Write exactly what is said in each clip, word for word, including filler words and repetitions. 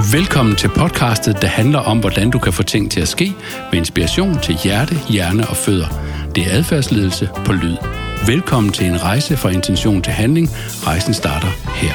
Velkommen til podcastet, der handler om, hvordan du kan få ting til at ske med inspiration til hjerte, hjerne og fødder. Det er adfærdsledelse på lyd. Velkommen til en rejse fra intention til handling. Rejsen starter her.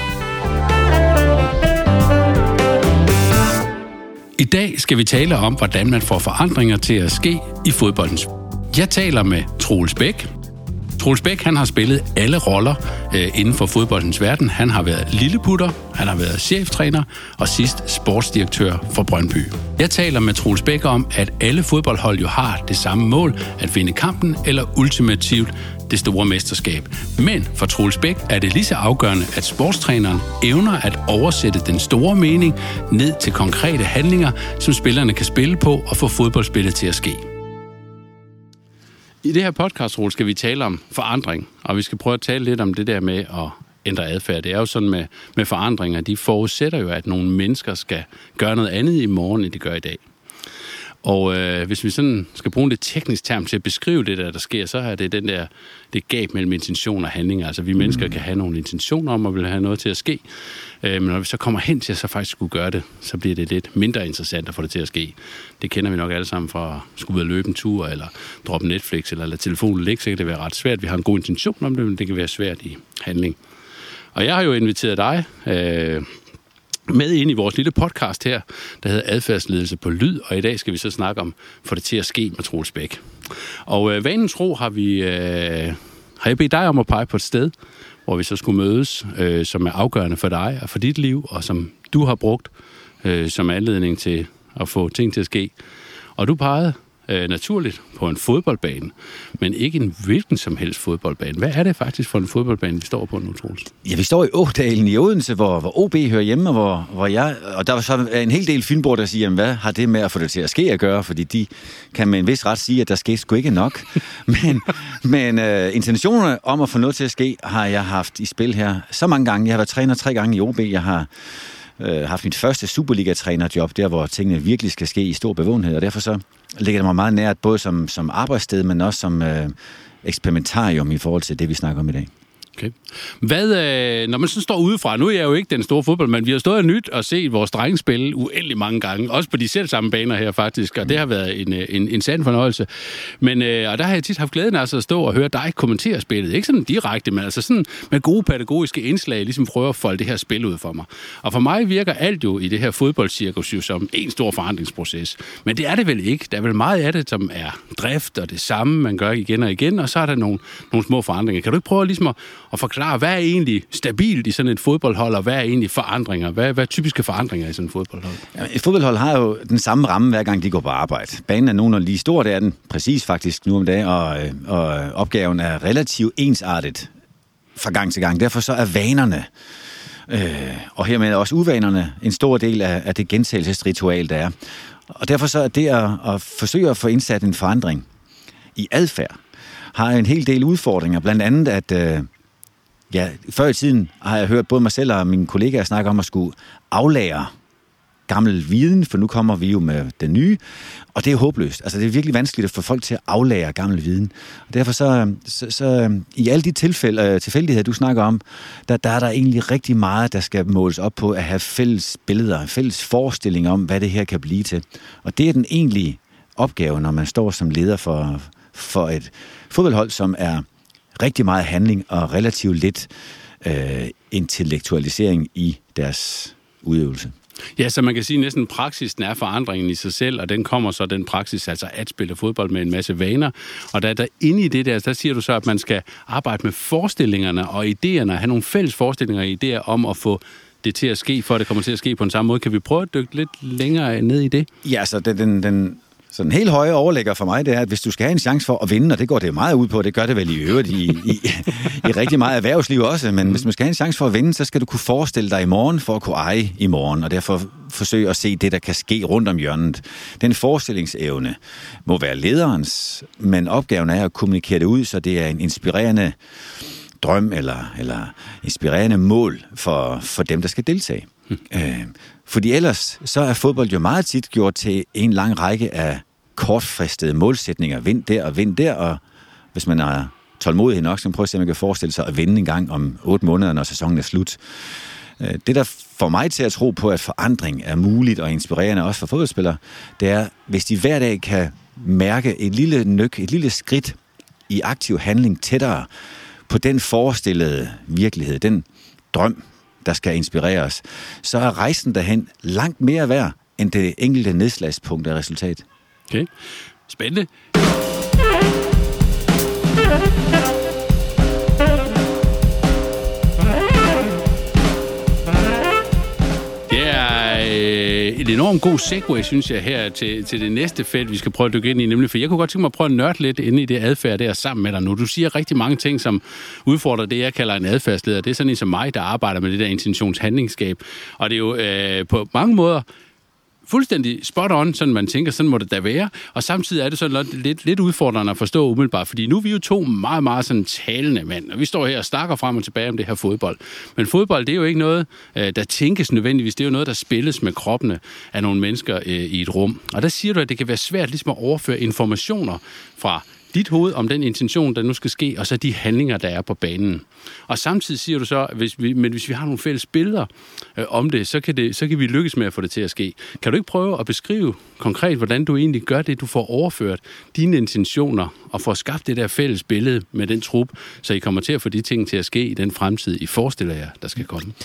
I dag skal vi tale om, hvordan man får forandringer til at ske i fodboldens. Jeg taler med Troels Bæk. Troels Bæk, han har spillet alle roller øh, inden for fodboldens verden. Han har været lilleputter, han har været cheftræner og sidst sportsdirektør for Brøndby. Jeg taler med Troels Bæk om, at alle fodboldhold jo har det samme mål, at vinde kampen eller ultimativt det store mesterskab. Men for Troels Bæk er det lige så afgørende, at sportstræneren evner at oversætte den store mening ned til konkrete handlinger, som spillerne kan spille på og få fodboldspillet til at ske. I det her podcast, Troels, skal vi tale om forandring, og vi skal prøve at tale lidt om det der med at ændre adfærd. Det er jo sådan med, med forandringer, de forudsætter jo, at nogle mennesker skal gøre noget andet i morgen, end de gør i dag. Og øh, hvis vi sådan skal bruge det teknisk term til at beskrive det, der, der sker, så er det den der, det gab mellem intention og handlinger. Altså vi mennesker kan have nogle intentioner om at vil have noget til at ske, øh, men når vi så kommer hen til at så faktisk skulle gøre det, så bliver det lidt mindre interessant at få det til at ske. Det kender vi nok alle sammen fra at skulle ud og løbe en tur, eller droppe Netflix, eller lade telefonen ligge, så kan det være ret svært. Vi har en god intention om det, men det kan være svært i handling. Og jeg har jo inviteret dig øh, med ind i vores lille podcast her, der hedder Adfærdsledelse på lyd, og i dag skal vi så snakke om få det til at ske med Troels Bæk. Og øh, vanen tro har vi øh, har jeg bedt dig om at pege på et sted, hvor vi så skulle mødes, øh, som er afgørende for dig og for dit liv, og som du har brugt øh, som anledning til at få ting til at ske. Og du pegede øh, naturligt på en fodboldbane, men ikke en hvilken som helst fodboldbane. Hvad er det faktisk for en fodboldbane, vi står på nu, Troels? Ja, vi står i Ådalen i Odense, hvor, hvor O B hører hjemme, og, hvor, hvor jeg, og der var så en hel del fynboer, der siger, jamen, hvad har det med at få det til at ske at gøre? Fordi de kan med en vis ret sige, at der skete sgu ikke nok. men men øh, intentionerne om at få noget til at ske, har jeg haft i spil her så mange gange. Jeg har været træner tre gange i O B. Jeg har øh, haft mit første Superliga-trænerjob, der hvor tingene virkelig skal ske i stor bevågenhed, og derfor så ligger det mig meget nært, både som, som arbejdssted, men også som øh, eksperimentarium i forhold til det, vi snakker om i dag. Okay. Hvad, øh, når man så står udefra, nu er jeg jo ikke den store fodboldmand, vi har stået og nyt og set vores drenge spille uendelig mange gange, også på de selv samme baner her faktisk, og det har været en, en, en sand fornøjelse. Men øh, og der har jeg tit haft glæden af altså at stå og høre dig kommentere spillet, ikke sådan direkte, men altså sådan med gode pædagogiske indslag, ligesom prøver at folde det her spil ud for mig. Og for mig virker alt jo i det her fodboldcirkus jo som en stor forandringsproces, men det er det vel ikke. Der er vel meget af det, som er drift og det samme, man gør igen og igen, og så er der nogle, nogle små forandringer. Kan du ikke prøve ligesom at og forklare, hvad er egentlig stabilt i sådan et fodboldhold, og hvad er egentlig forandringer? Hvad, hvad er typiske forandringer i sådan et fodboldhold? Ja, et fodboldhold har jo den samme ramme, hver gang de går på arbejde. Banen er nogenlunde lige stor, det er den præcis faktisk nu om dagen, og, og opgaven er relativt ensartet fra gang til gang. Derfor så er vanerne, øh, og hermed også uvanerne, en stor del af, af det gentagelsesritual, der er. Og derfor så er det at, at forsøge at få indsat en forandring i adfærd, har en hel del udfordringer, blandt andet at øh, ja, før i tiden har jeg hørt både mig selv og mine kollegaer snakke om at skulle aflære gammel viden, for nu kommer vi jo med den nye, og det er håbløst. Altså det er virkelig vanskeligt at få folk til at aflære gammel viden. Og derfor så, så, så i alle de tilfælde, tilfældigheder, du snakker om, der, der er der egentlig rigtig meget, der skal måles op på at have fælles billeder, fælles forestilling om, hvad det her kan blive til. Og det er den egentlige opgave, når man står som leder for, for et fodboldhold, som er rigtig meget handling og relativt lidt øh, intellektualisering i deres udøvelse. Ja, så man kan sige, at næsten praksisen er forandringen i sig selv, og den kommer så den praksis, altså at spille fodbold med en masse vaner. Og der, der inde i det der, der siger du så, at man skal arbejde med forestillingerne og idéerne, have nogle fælles forestillinger og idéer om at få det til at ske, for at det kommer til at ske på en samme måde. Kan vi prøve at dykke lidt længere ned i det? Ja, så den... den, den Så den helt høje overlægger for mig, det er, at hvis du skal have en chance for at vinde, og det går det meget ud på, det gør det vel i øvrigt i, i, i rigtig meget erhvervsliv også, men hvis man skal have en chance for at vinde, så skal du kunne forestille dig i morgen for at kunne eje i morgen, og derfor forsøge at se det, der kan ske rundt om hjørnet. Den forestillingsevne må være lederens, men opgaven er at kommunikere det ud, så det er en inspirerende drøm eller, eller inspirerende mål for, for dem, der skal deltage. Hmm. Øh, fordi ellers så er fodbold jo meget tit gjort til en lang række af kortfristede målsætninger. Vind der og vind der, og hvis man er tålmodig nok, så prøver at se, om man kan forestille sig at vinde en gang om otte måneder, når sæsonen er slut. Det, der får mig til at tro på, at forandring er muligt og inspirerende også for fodboldspillere, det er, hvis de hver dag kan mærke et lille nyk, et lille skridt i aktiv handling tættere på den forestillede virkelighed, den drøm, der skal inspirere os, så er rejsen derhen langt mere værd end det enkelte nedslagspunkt af resultat. Okay. Spændende. Det er et enormt god segue, synes jeg, her til, til det næste felt, vi skal prøve at dykke ind i, nemlig, for jeg kunne godt tænke mig at prøve at nørde lidt inde i det adfærd der sammen med dig nu. Du siger rigtig mange ting, som udfordrer det, jeg kalder en adfærdsleder. Det er sådan en som mig, der arbejder med det der intentionshandlingsskab. Og det er jo øh, på mange måder fuldstændig spot on, sådan man tænker, sådan må det da være. Og samtidig er det sådan lidt, lidt udfordrende at forstå umiddelbart, fordi nu er vi jo to meget, meget sådan talende mænd, og vi står her og snakker frem og tilbage om det her fodbold. Men fodbold, det er jo ikke noget, der tænkes nødvendigvis, det er jo noget, der spilles med kroppene af nogle mennesker i et rum. Og der siger du, at det kan være svært ligesom at overføre informationer fra dit hoved om den intention, der nu skal ske, og så de handlinger, der er på banen. Og samtidig siger du så, hvis vi, men hvis vi har nogle fælles billeder øh, om det, så kan det, så kan vi lykkes med at få det til at ske. Kan du ikke prøve at beskrive konkret, hvordan du egentlig gør det, du får overført dine intentioner, og får skabt det der fælles billede med den trup, så I kommer til at få de ting til at ske i den fremtid, I forestiller jer, der skal komme?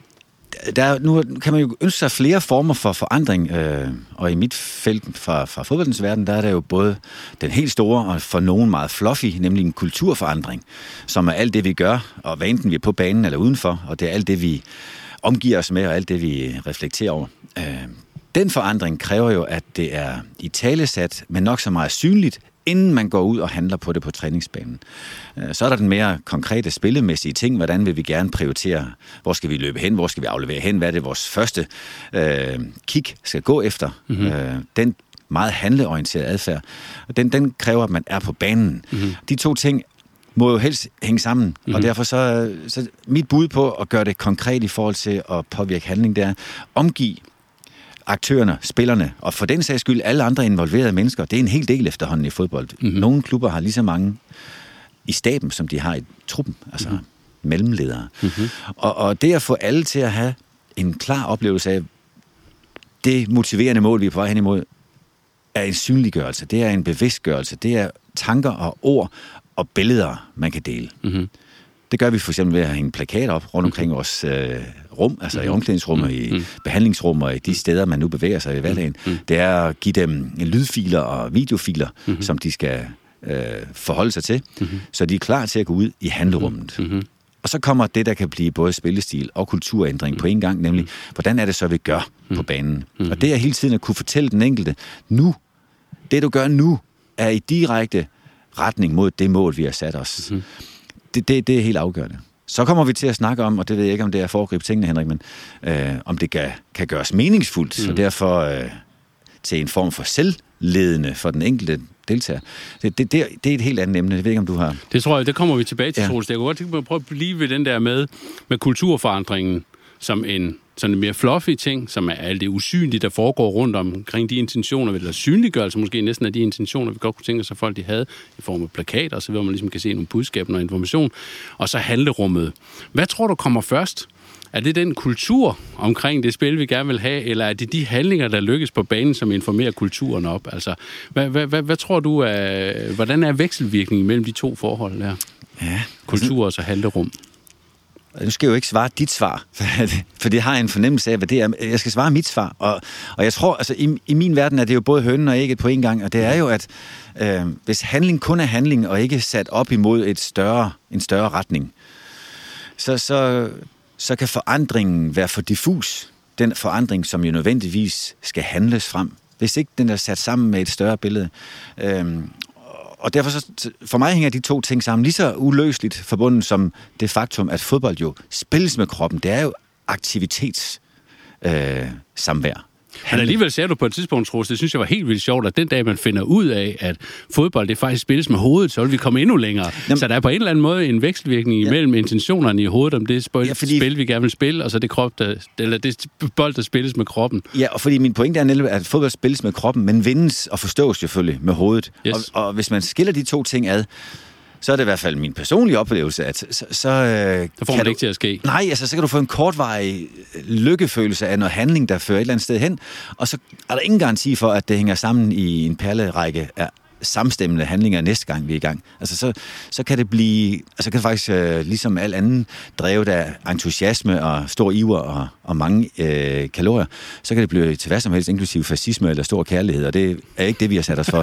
Der, nu kan man jo ønske sig flere former for forandring, øh, og i mit felt fra, fra fodboldens verden, der er der jo både den helt store, og for nogen meget fluffy, nemlig en kulturforandring, som er alt det, vi gør, og hvad enten vi er på banen eller udenfor, og det er alt det, vi omgiver os med, og alt det, vi reflekterer over. Øh, den forandring kræver jo, at det er italesat, men nok så meget synligt, inden man går ud og handler på det på træningsbanen. Så er der den mere konkrete spillemæssige ting. Hvordan vil vi gerne prioritere? Hvor skal vi løbe hen? Hvor skal vi aflevere hen? Hvad er det, vores første øh, kick skal gå efter? Mm-hmm. Øh, den meget handleorienterede adfærd, den, den kræver, at man er på banen. Mm-hmm. De to ting må jo helst hænge sammen, mm-hmm. og derfor så, så mit bud på at gøre det konkret i forhold til at påvirke handling, det er omgive aktørerne, spillerne, og for den sags skyld alle andre involverede mennesker. Det er en hel del efterhånden i fodbold. Mm-hmm. Nogle klubber har lige så mange i staben, som de har i truppen, altså mm-hmm. mellemledere. Mm-hmm. Og, og det at få alle til at have en klar oplevelse af det motiverende mål, vi er på vej hen imod, er en synliggørelse, det er en bevidstgørelse, det er tanker og ord og billeder, man kan dele. Mm-hmm. Det gør vi for eksempel ved at hænge plakater op rundt omkring vores øh, rum, altså mm-hmm. i omklædningsrummet, i mm-hmm. behandlingsrum og i de steder, man nu bevæger sig i hverdagen. Mm-hmm. Det er at give dem lydfiler og videofiler, mm-hmm. som de skal øh, forholde sig til, mm-hmm. så de er klar til at gå ud i handlerummet. Mm-hmm. Og så kommer det, der kan blive både spillestil og kulturændring mm-hmm. på en gang, nemlig, hvordan er det så, vi gør mm-hmm. på banen? Mm-hmm. Og det er hele tiden at kunne fortælle den enkelte, nu, det du gør nu, er i direkte retning mod det mål, vi har sat os. Mm-hmm. Det, det, det er helt afgørende. Så kommer vi til at snakke om, og det ved jeg ikke, om det er at foregribe tingene, Henrik, men øh, om det kan, kan gøres meningsfuldt, mm. og derfor øh, til en form for selvledende for den enkelte deltager. Det, det, det, det er et helt andet emne. Jeg ved ikke, om du har... Det tror jeg, det kommer vi tilbage til, ja. Troels. Jeg kunne godt tænke mig at prøve at blive ved den der med, med kulturforandringen som en sådan en mere fluffy ting, som er alt det usynlige, der foregår rundt omkring de intentioner, eller synliggørelse måske næsten af de intentioner, vi godt kunne tænke os, at folk de havde i form af plakater, så hvor man ligesom kan se nogle budskaber og information, og så handlerummet. Hvad tror du kommer først? Er det den kultur omkring det spil, vi gerne vil have, eller er det de handlinger, der lykkes på banen, som informerer kulturen op? Altså, hvad, hvad, hvad, hvad tror du, er, hvordan er vekselvirkningen mellem de to forhold der? Ja, kultur og så handlerum. Nu skal jeg jo ikke svare dit svar, for det har jeg en fornemmelse af, hvad det er. Jeg skal svare mit svar, og, og jeg tror, altså i, i min verden er det jo både hønen og ægget på en gang, og det er jo, at øh, hvis handling kun er handling, og ikke sat op imod et større, en større retning, så, så, så kan forandringen være for diffus. Den forandring, som jo nødvendigvis skal handles frem, hvis ikke den er sat sammen med et større billede. Øh, Og derfor så, for mig hænger de to ting sammen lige så uløseligt forbundet som det faktum, at fodbold jo spilles med kroppen. Det er jo aktivitetssamvær. Øh, samvær. Men alligevel sagde du på et tidspunkt, Troels, det synes jeg var helt vildt sjovt, at den dag, man finder ud af, at fodbold det faktisk spilles med hovedet, så vil vi komme endnu længere. Jamen, så der er på en eller anden måde en vekselvirkning ja. Imellem intentionerne i hovedet, om det spil, ja, fordi, spil, vi gerne vil spille, og så det, krop, der, eller det bold, der spilles med kroppen. Ja, og fordi min pointe er nemlig, at fodbold spilles med kroppen, men vindes og forstås selvfølgelig med hovedet. Yes. Og, og hvis man skiller de to ting ad, så er det i hvert fald min personlige oplevelse, at så, så der får man kan ikke du, til at ske. Nej, altså så kan du få en kortvarig lykkefølelse af noget handling, der fører et eller andet sted hen, og så er der ingen garanti for, at det hænger sammen i en perlerække af samstemmende handlinger næste gang, vi er i gang. Altså, så, så kan det blive, altså kan det faktisk, øh, ligesom al anden drevet af entusiasme og stor iver og, og mange øh, kalorier, så kan det blive til hvad som helst, inklusive fascisme eller stor kærlighed, og det er ikke det, vi har sat os for.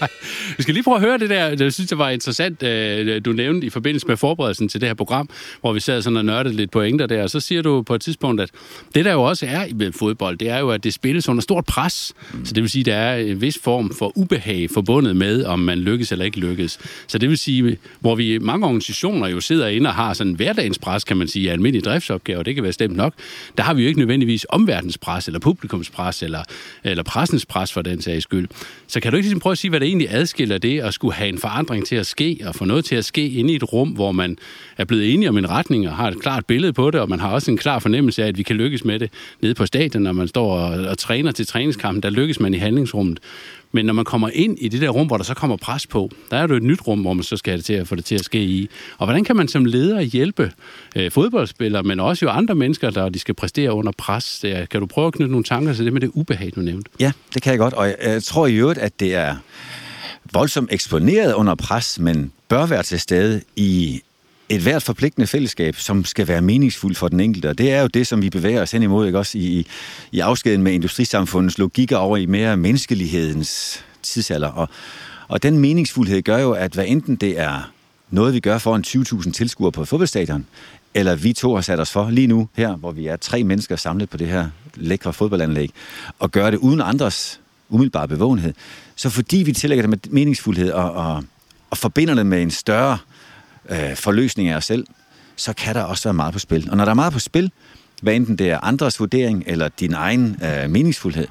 Vi skal lige prøve at høre det der, jeg synes, det var interessant, øh, du nævnte i forbindelse med forberedelsen til det her program, hvor vi sad sådan og nørdede lidt pointer der, og så siger du på et tidspunkt, at det der jo også er i fodbold, det er jo, at det spilles under stort pres, mm. så det vil sige, at der er en vis form for ubehag forbundet med, om man lykkes eller ikke lykkes. Så det vil sige, hvor vi mange organisationer jo sidder inde og har sådan hverdagspres, kan man sige, af almindelige driftsopgaver, det kan være stemt nok, der har vi jo ikke nødvendigvis omverdenspres, eller publikumspres, eller, eller pressens pres for den sags skyld. Så kan du ikke ligesom prøve at sige, hvad det egentlig adskiller det, at skulle have en forandring til at ske, og få noget til at ske inde i et rum, hvor man er blevet enige om en retning, og har et klart billede på det, og man har også en klar fornemmelse af, at vi kan lykkes med det nede på stadion, når man står og, og træner til træningskampen, der lykkes man i handlingsrummet. Men når man kommer ind i det der rum, hvor der så kommer pres på, der er det et nyt rum, hvor man så skal have det til at få det til at ske i. Og hvordan kan man som leder hjælpe øh, fodboldspillere, men også jo andre mennesker, der de skal præstere under pres? Der, kan du prøve at knytte nogle tanker til det med det ubehag, du nævnte? Ja, det kan jeg godt, og jeg, jeg tror i øvrigt, at det er voldsomt eksponeret under pres, men bør være til stede i et hvert forpligtende fællesskab, som skal være meningsfuldt for den enkelte. Og det er jo det, som vi bevæger os hen imod, ikke også i, i afskeden med industrisamfundets logikker over i mere menneskelighedens tidsalder. Og, og den meningsfuldhed gør jo, at hvad enten det er noget, vi gør for en tyve tusind tilskuere på fodboldstadion, eller vi to har sat os for lige nu her, hvor vi er tre mennesker samlet på det her lækre fodboldanlæg, og gøre det uden andres umiddelbare bevågenhed, så fordi vi tillægger det med meningsfuldhed og, og, og forbinder det med en større øh, forløsning af os selv, så kan der også være meget på spil. Og når der er meget på spil, hvad enten det er andres vurdering eller din egen øh, meningsfuldhed,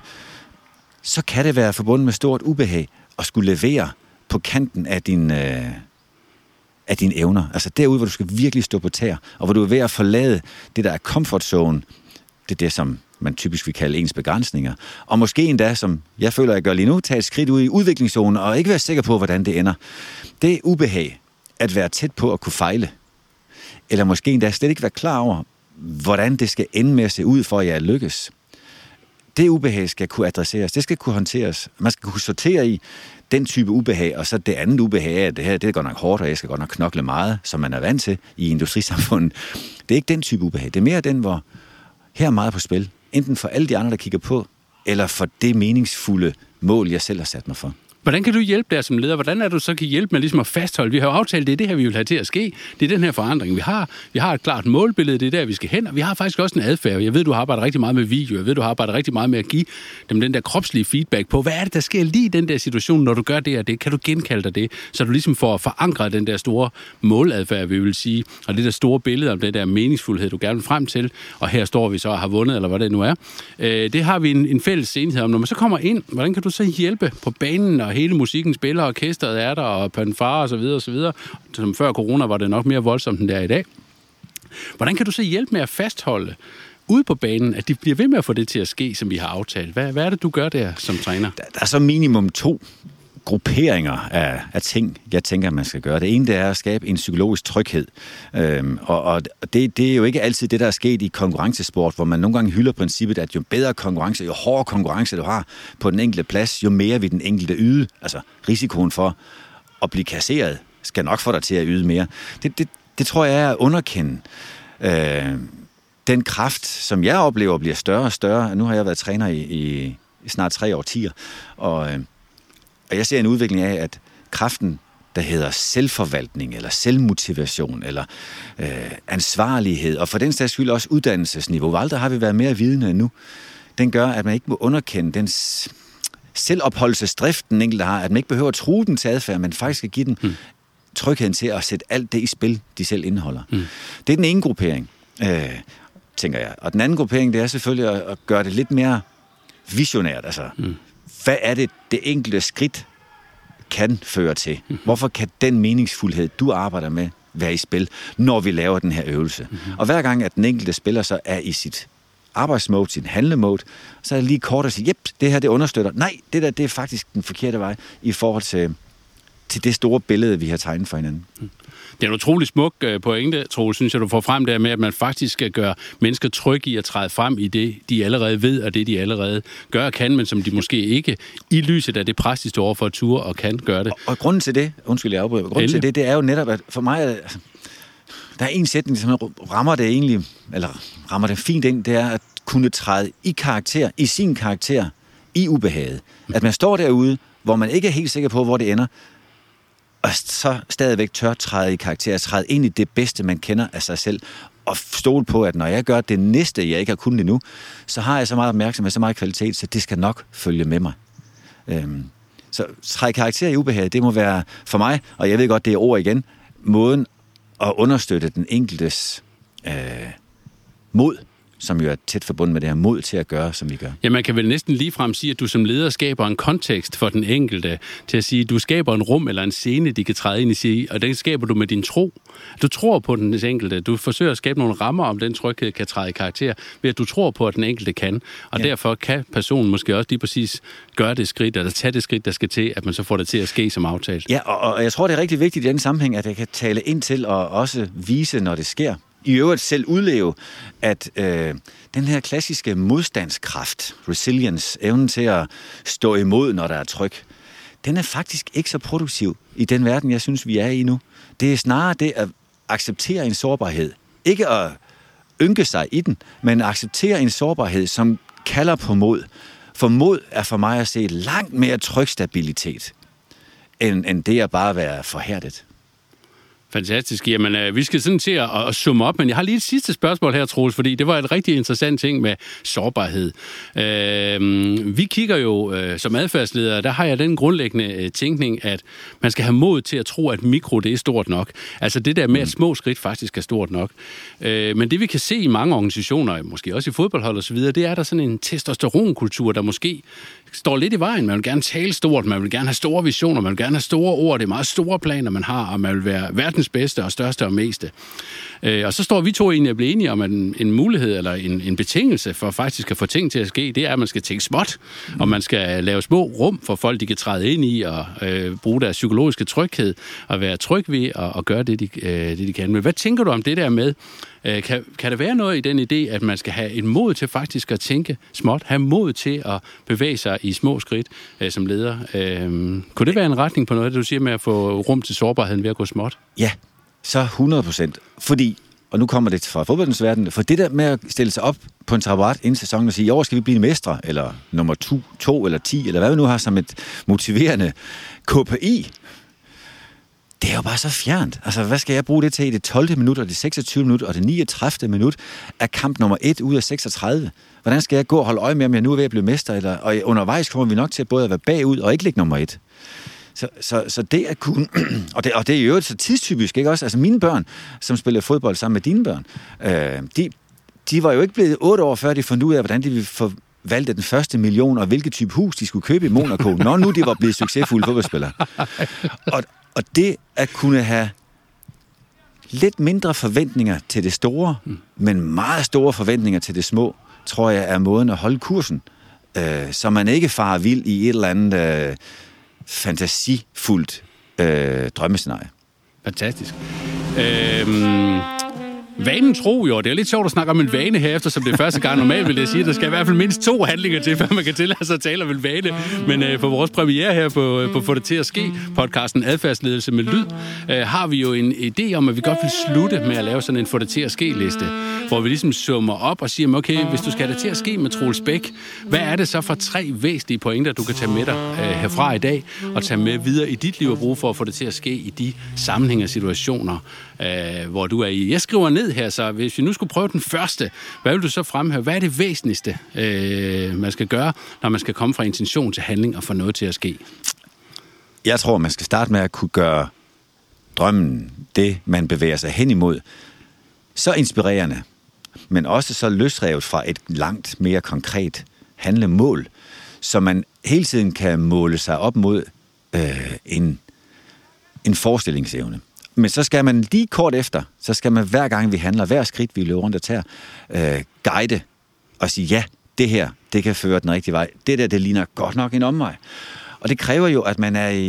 så kan det være forbundet med stort ubehag at skulle levere på kanten af din, øh, af dine evner. Altså derude, hvor du skal virkelig stå på tæer, og hvor du er ved at forlade det, der er comfort zone. Det er det, som man typisk vil kalde ens begrænsninger. Og måske endda, som jeg føler, jeg gør lige nu, tage et skridt ud i udviklingszonen og ikke være sikker på, hvordan det ender. Det er ubehag at være tæt på at kunne fejle. Eller måske endda slet ikke være klar over, hvordan det skal ende med at se ud, for at jeg lykkes. Det ubehag skal kunne adresseres, det skal kunne håndteres. Man skal kunne sortere i den type ubehag, og så det andet ubehag af, at det her, det er godt nok hårdt, og jeg skal godt nok knokle meget, som man er vant til i industrisamfundet. Det er ikke den type ubehag. Det er mere den, hvor her er meget på spil. Enten for alle de andre, der kigger på, eller for det meningsfulde mål, jeg selv har sat mig for. Hvordan kan du hjælpe der som leder? Hvordan er du så kan hjælpe med ligesom at fastholde? Vi har jo aftalt, det er det her, vi vil have til at ske. Det er den her forandring, vi har. Vi har et klart målbillede, det er der, vi skal hen. Og vi har faktisk også en adfærd. Jeg ved, du har arbejdet rigtig meget med video. Jeg ved, du har arbejdet rigtig meget med at give dem den der kropslige feedback på, hvad er det, der sker lige i den der situation, når du gør det og det? Kan du genkalde dig det? Så du ligesom får forankret den der store måladfærd, vi vil sige, og det der store billede om den der meningsfuldhed, du gerne vil frem til. Og her står vi så og har vundet, eller hvad det nu er. Det har vi en, en fælles enighed om. Når man så kommer ind, hvordan kan du så hjælpe på banen og hele musikken spiller, orkestret er der, og fanfare og så videre og så videre. Som før corona var det nok mere voldsomt end der i dag. Hvordan kan du så hjælpe med at fastholde ude på banen, at de bliver ved med at få det til at ske, som vi har aftalt? Hvad, hvad er det, du gør der som træner? Der, der er så minimum to grupperinger af, af ting, jeg tænker, man skal gøre. Det ene, det er at skabe en psykologisk tryghed. Øhm, og og det, det er jo ikke altid det, der er sket i konkurrencesport, hvor man nogle gange hylder princippet, at jo bedre konkurrence, jo hårdere konkurrence du har på den enkelte plads, jo mere vil den enkelte yde. Altså risikoen for at blive kasseret skal nok få dig til at yde mere. Det, det, det tror jeg er at underkende. Øh, den kraft, som jeg oplever, bliver større og større. Nu har jeg været træner i, i, i snart tre årtier, og øh, Og jeg ser en udvikling af, at kraften, der hedder selvforvaltning, eller selvmotivation, eller øh, ansvarlighed, og for den sags skyld også uddannelsesniveau, hvor aldrig har vi været mere vidende end nu, den gør, at man ikke må underkende den selvopholdelsesdrift, den enkelte har, at man ikke behøver at true den til adfærd, men faktisk skal give den mm. trygheden til at sætte alt det i spil, de selv indeholder. Mm. Det er den ene gruppering, øh, tænker jeg. Og den anden gruppering, det er selvfølgelig at, at gøre det lidt mere visionært, altså mm. hvad er det, det enkelte skridt kan føre til? Hvorfor kan den meningsfuldhed, du arbejder med, være i spil, når vi laver den her øvelse? Mm-hmm. Og hver gang, at den enkelte spiller så er i sit arbejdsmode, sin handlemode, så er det lige kort at sige, jep, det her, det understøtter. Nej, det der, det er faktisk den forkerte vej i forhold til til det store billede, vi har tegnet for hinanden. Det er en utrolig smuk pointe, Troels, synes jeg, du får frem der med, at man faktisk skal gøre mennesker trygge i at træde frem i det, de allerede ved, og det, de allerede gør og kan, men som de måske ikke i lyset af det pres, de står over for at ture og kan gøre det. Og, og grunden til det, undskyld, jeg afbryder, grunden til det, det er jo netop, at for mig, altså, der er en sætning, som rammer det egentlig, eller rammer det fint ind, det er at kunne træde i karakter, i sin karakter, i ubehaget. At man står derude, hvor man ikke er helt sikker på, hvor det ender, og så stadigvæk tør træde i karakter, træde ind i det bedste, man kender af sig selv, og stole på, at når jeg gør det næste, jeg ikke har kunnet endnu, så har jeg så meget opmærksomhed, så meget kvalitet, så det skal nok følge med mig. Øhm, så træde karakter i ubehag, det må være for mig, og jeg ved godt, det er ord igen, måden at understøtte den enkeltes øh, mod, som jo er tæt forbundet med det her mod til at gøre, som vi gør. Ja, man kan vel næsten ligefrem sige, at du som leder skaber en kontekst for den enkelte, til at sige, at du skaber en rum eller en scene, de kan træde ind i sig, og den skaber du med din tro. Du tror på den enkelte. Du forsøger at skabe nogle rammer, om den tryghed kan træde i karakter, ved at du tror på, at den enkelte kan. Og ja. Derfor kan personen måske også lige præcis gøre det skridt, eller tage det skridt, der skal til, at man så får det til at ske som aftalt. Ja, og, og jeg tror, det er rigtig vigtigt i den sammenhæng, at jeg kan tale ind til og også vise, når det sker. I øvrigt selv udleve, at øh, den her klassiske modstandskraft, resilience, evnen til at stå imod, når der er tryk, den er faktisk ikke så produktiv i den verden, jeg synes, vi er i nu. Det er snarere det at acceptere en sårbarhed. Ikke at ynke sig i den, men at acceptere en sårbarhed, som kalder på mod. For mod er for mig at se langt mere trykstabilitet, end, end det at bare være forhærdet. Fantastisk. Jamen, øh, vi skal sådan til at, at summe op, men jeg har lige et sidste spørgsmål her, Troels, fordi det var et rigtig interessant ting med sårbarhed. Øh, vi kigger jo øh, som adfærdsledere, der har jeg den grundlæggende øh, tænkning, at man skal have mod til at tro, at mikro det er stort nok. Altså det der med, at små skridt faktisk er stort nok. Øh, men det vi kan se i mange organisationer, måske også i fodboldhold og så videre, det er der sådan en testosteronkultur, der måske står lidt i vejen. Man vil gerne tale stort, man vil gerne have store visioner, man vil gerne have store ord, det er meget store planer, man har, og man vil være verdens bedste og største og meste. Øh, og så står vi to egentlig og bliver enige om, at en, en mulighed eller en, en betingelse for faktisk at få ting til at ske, det er, at man skal tænke småt, mm. og man skal lave små rum for folk, de kan træde ind i og øh, bruge deres psykologiske tryghed og være tryg ved og, og gøre det de, øh, det, de kan. Men hvad tænker du om det der med, øh, kan, kan der være noget i den idé, at man skal have en mod til faktisk at tænke småt, have mod til at bevæge sig i små skridt øh, som leder? Øh, kunne det være en retning på noget, du siger med at få rum til sårbarheden ved at gå småt? Ja, så hundrede procent. Fordi, og nu kommer det fra fodboldens verden, for det der med at stille sig op på en taburet inden sæsonen og sige, i år skal vi blive mestre, eller nummer to, to eller ti, eller hvad vi nu har som et motiverende K P I, det er jo bare så fjernt. Altså, hvad skal jeg bruge det til i det tolvte minut, og det seksogtyvende minut, og det niogtredivte minut af kamp nummer et ud af seksogtredive? Hvordan skal jeg gå og holde øje med, om jeg nu er ved at blive mester, eller, og undervejs kommer vi nok til at både at være bagud og ikke ligge nummer et? Så, så, så det at kunne, og det, og det er jo så tidstypisk, ikke også? Altså mine børn, som spiller fodbold sammen med dine børn, øh, de, de var jo ikke blevet otte år før, de fandt ud af, hvordan de ville forvalte den første million, og hvilket type hus de skulle købe i Monaco, når nu de var blevet succesfulde fodboldspillere. Og, og det at kunne have lidt mindre forventninger til det store, mm. men meget store forventninger til det små, tror jeg er måden at holde kursen, øh, så man ikke farer vild i et eller andet øh, fantasifuldt øh, drømmescenarie. Fantastisk. Øhm, vanen tro jo, det er lidt sjovt at snakke om en vane her, eftersom det er første gang. Normalt vil jeg sige, at der skal i hvert fald mindst to handlinger til, før man kan tillade sig at tale om en vane. Men øh, for vores premiere her på, på Få det til at ske, podcasten Adfærdsledelse med lyd, øh, har vi jo en idé om, at vi godt vil slutte med at lave sådan en Få det til at ske-liste, hvor vi ligesom summer op og siger, okay, hvis du skal have det til at ske med Troels Bæk, hvad er det så for tre væsentlige pointer, du kan tage med dig øh, herfra i dag, og tage med videre i dit liv og bruge for at få det til at ske i de sammenhæng og situationer, øh, hvor du er i. Jeg skriver ned her, så hvis vi nu skulle prøve den første, hvad vil du så fremhæve? Hvad er det væsentligste, øh, man skal gøre, når man skal komme fra intention til handling og få noget til at ske? Jeg tror, man skal starte med at kunne gøre drømmen, det man bevæger sig hen imod, så inspirerende, men også så løsrevet fra et langt mere konkret handlemål, så man hele tiden kan måle sig op mod øh, en, en forestillingsevne. Men så skal man lige kort efter, så skal man hver gang vi handler, hver skridt vi løber rundt og tager, øh, guide og sige, ja, det her, det kan føre den rigtige vej. Det der, det ligner godt nok en omvej. Og det kræver jo, at man er i,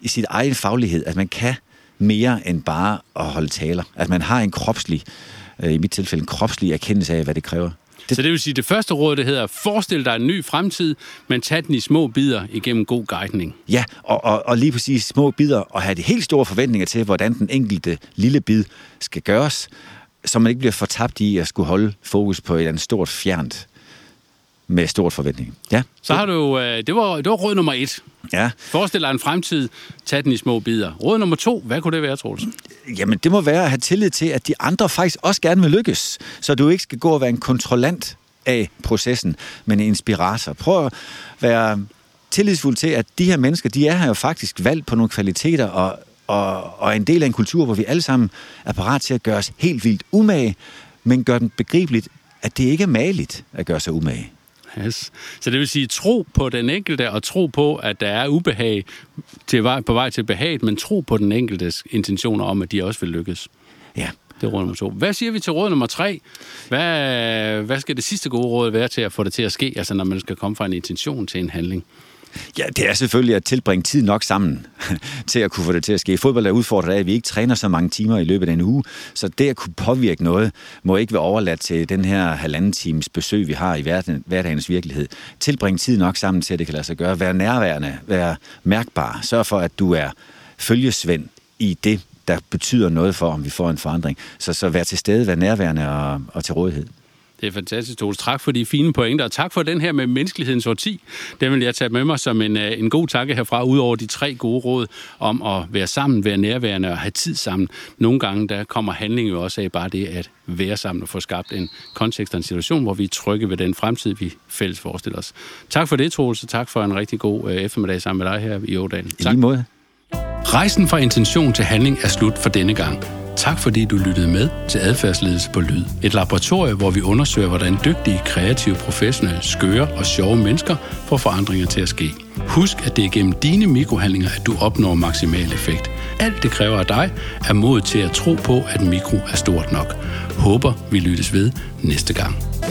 i sit egen faglighed, at man kan mere end bare at holde taler. At man har en kropslig, i mit tilfælde en kropslig erkendelse af, hvad det kræver. Det... Så det vil sige, det første råd, det hedder, forestil dig en ny fremtid, men tag den i små bidder igennem god guidning. Ja, og, og, og lige præcis små bidder, og have de helt store forventninger til, hvordan den enkelte lille bid skal gøres, så man ikke bliver fortabt i at skulle holde fokus på et eller andet stort fjernt med stort forventning. Ja. Så har du, det var, det var råd nummer et. Ja. Forestil dig en fremtid, tag den i små bidder. Råd nummer to, hvad kunne det være, Troels? Jamen, det må være at have tillid til, at de andre faktisk også gerne vil lykkes, så du ikke skal gå og være en kontrollant af processen, men en inspirator. Prøv at være tillidsfuld til, at de her mennesker, de er her jo faktisk valgt på nogle kvaliteter, og, og, og en del af en kultur, hvor vi alle sammen er parat til at gøre os helt vildt umage, men gør den begribeligt, at det ikke er mageligt at gøre sig umage. Yes. Så det vil sige, tro på den enkelte, og tro på, at der er ubehag til vej, på vej til behaget, men tro på den enkeltes intentioner om, at de også vil lykkes. Ja. Det er råd nummer to. Hvad siger vi til råd nummer tre? Hvad, hvad skal det sidste gode råd være til at få det til at ske, altså når man skal komme fra en intention til en handling? Ja, det er selvfølgelig at tilbringe tid nok sammen til at kunne få det til at ske. Fodbold er udfordret af, at vi ikke træner så mange timer i løbet af en uge, så det at kunne påvirke noget, må ikke være overladt til den her halvanden times besøg, vi har i hverdagens virkelighed. Tilbringe tid nok sammen til, at det kan lade sig gøre. Vær nærværende, vær mærkbar. Sørg for, at du er følgesvend i det, der betyder noget for, om vi får en forandring. Så, så vær til stede, vær nærværende og, og til rådighed. Det er fantastisk, Troels. Tak for de fine pointer, og tak for den her med menneskelighedens årti. Den vil jeg tage med mig som en, en god tanke herfra, ud over de tre gode råd om at være sammen, være nærværende og have tid sammen. Nogle gange der kommer handling jo også af bare det at være sammen og få skabt en kontekst og en situation, hvor vi er trygge ved den fremtid, vi fælles forestiller os. Tak for det, Troels, og tak for en rigtig god eftermiddag sammen med dig her i Ådalen. I lige måde. Rejsen fra intention til handling er slut for denne gang. Tak fordi du lyttede med til Adfærdsledelse på Lyd. Et laboratorium, hvor vi undersøger, hvordan dygtige, kreative, professionelle, skøre og sjove mennesker får forandringer til at ske. Husk, at det er gennem dine mikrohandlinger, at du opnår maksimal effekt. Alt det kræver af dig er mod til at tro på, at mikro er stort nok. Håber, vi lyttes ved næste gang.